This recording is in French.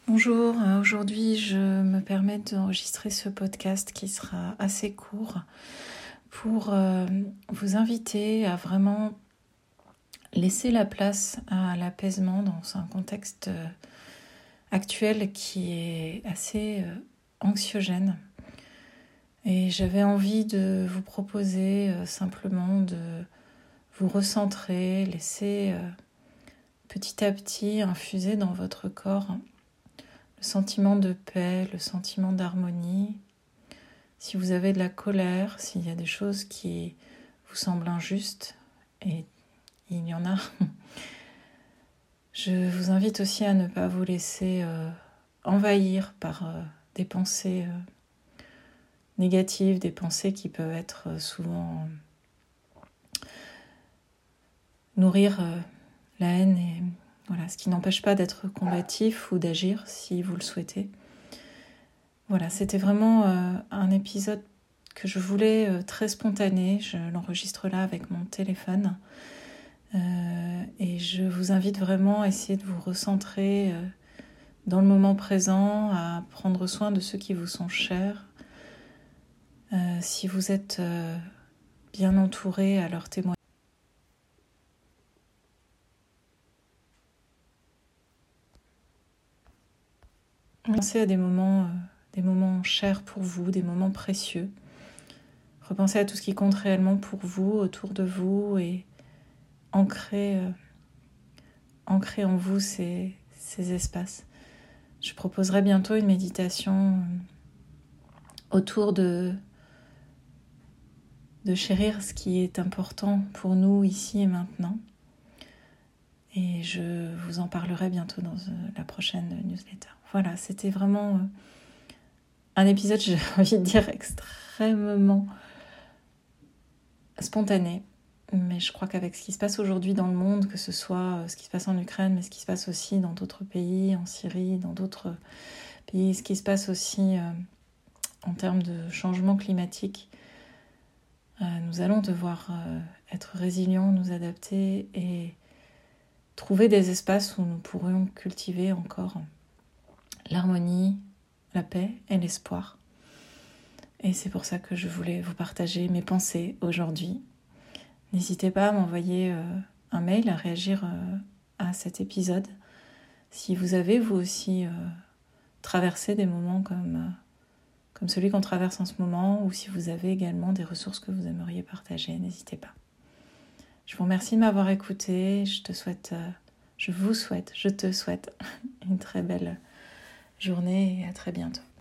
Bonjour, aujourd'hui je me permets d'enregistrer ce podcast qui sera assez court pour vous inviter à vraiment laisser la place à l'apaisement dans un contexte actuel qui est assez anxiogène. Et j'avais envie de vous proposer simplement de vous recentrer, laisser petit à petit infuser dans votre corps le sentiment de paix, le sentiment d'harmonie. Si vous avez de la colère, s'il y a des choses qui vous semblent injustes, et il y en a, je vous invite aussi à ne pas vous laisser envahir par des pensées négatives, des pensées qui peuvent être souvent nourrir la haine, et voilà, ce qui n'empêche pas d'être combatif ou d'agir si vous le souhaitez. Voilà, c'était vraiment un épisode que je voulais très spontané. Je l'enregistre là avec mon téléphone. Et je vous invite vraiment à essayer de vous recentrer dans le moment présent, à prendre soin de ceux qui vous sont chers. Si vous êtes bien entouré, à leur témoigner. Pensez à des moments chers pour vous, des moments précieux. Repensez à tout ce qui compte réellement pour vous, autour de vous, et ancrez en vous ces espaces. Je proposerai bientôt une méditation autour de chérir ce qui est important pour nous ici et maintenant. Et je vous en parlerai bientôt dans la prochaine newsletter. Voilà, c'était vraiment un épisode, j'ai envie de dire, extrêmement spontané. Mais je crois qu'avec ce qui se passe aujourd'hui dans le monde, que ce soit ce qui se passe en Ukraine, mais ce qui se passe aussi dans d'autres pays, en Syrie, dans d'autres pays, ce qui se passe aussi en termes de changement climatique, nous allons devoir être résilients, nous adapter et trouver des espaces où nous pourrions cultiver encore l'harmonie, la paix et l'espoir. Et c'est pour ça que je voulais vous partager mes pensées aujourd'hui. N'hésitez pas à m'envoyer un mail, à réagir à cet épisode. Si vous avez, vous aussi, traversé des moments comme celui qu'on traverse en ce moment, ou si vous avez également des ressources que vous aimeriez partager, n'hésitez pas. Je vous remercie de m'avoir écouté. Je te souhaite une très belle journée et à très bientôt.